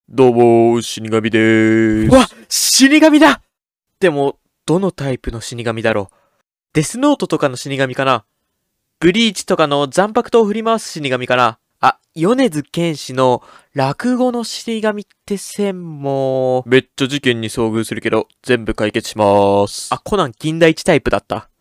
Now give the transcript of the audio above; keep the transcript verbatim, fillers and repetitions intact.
どうも、死神でーす。 うわ、死神だ。でも、どのタイプの死神だろう。デスノートとかの死神かな。ブリーチとかの残白刀を振り回す死神かな。あ、米津玄師の落語の死神って線も。 めっちゃ事件に遭遇するけど、全部解決しまーす。 あ、コナン銀田一タイプだった。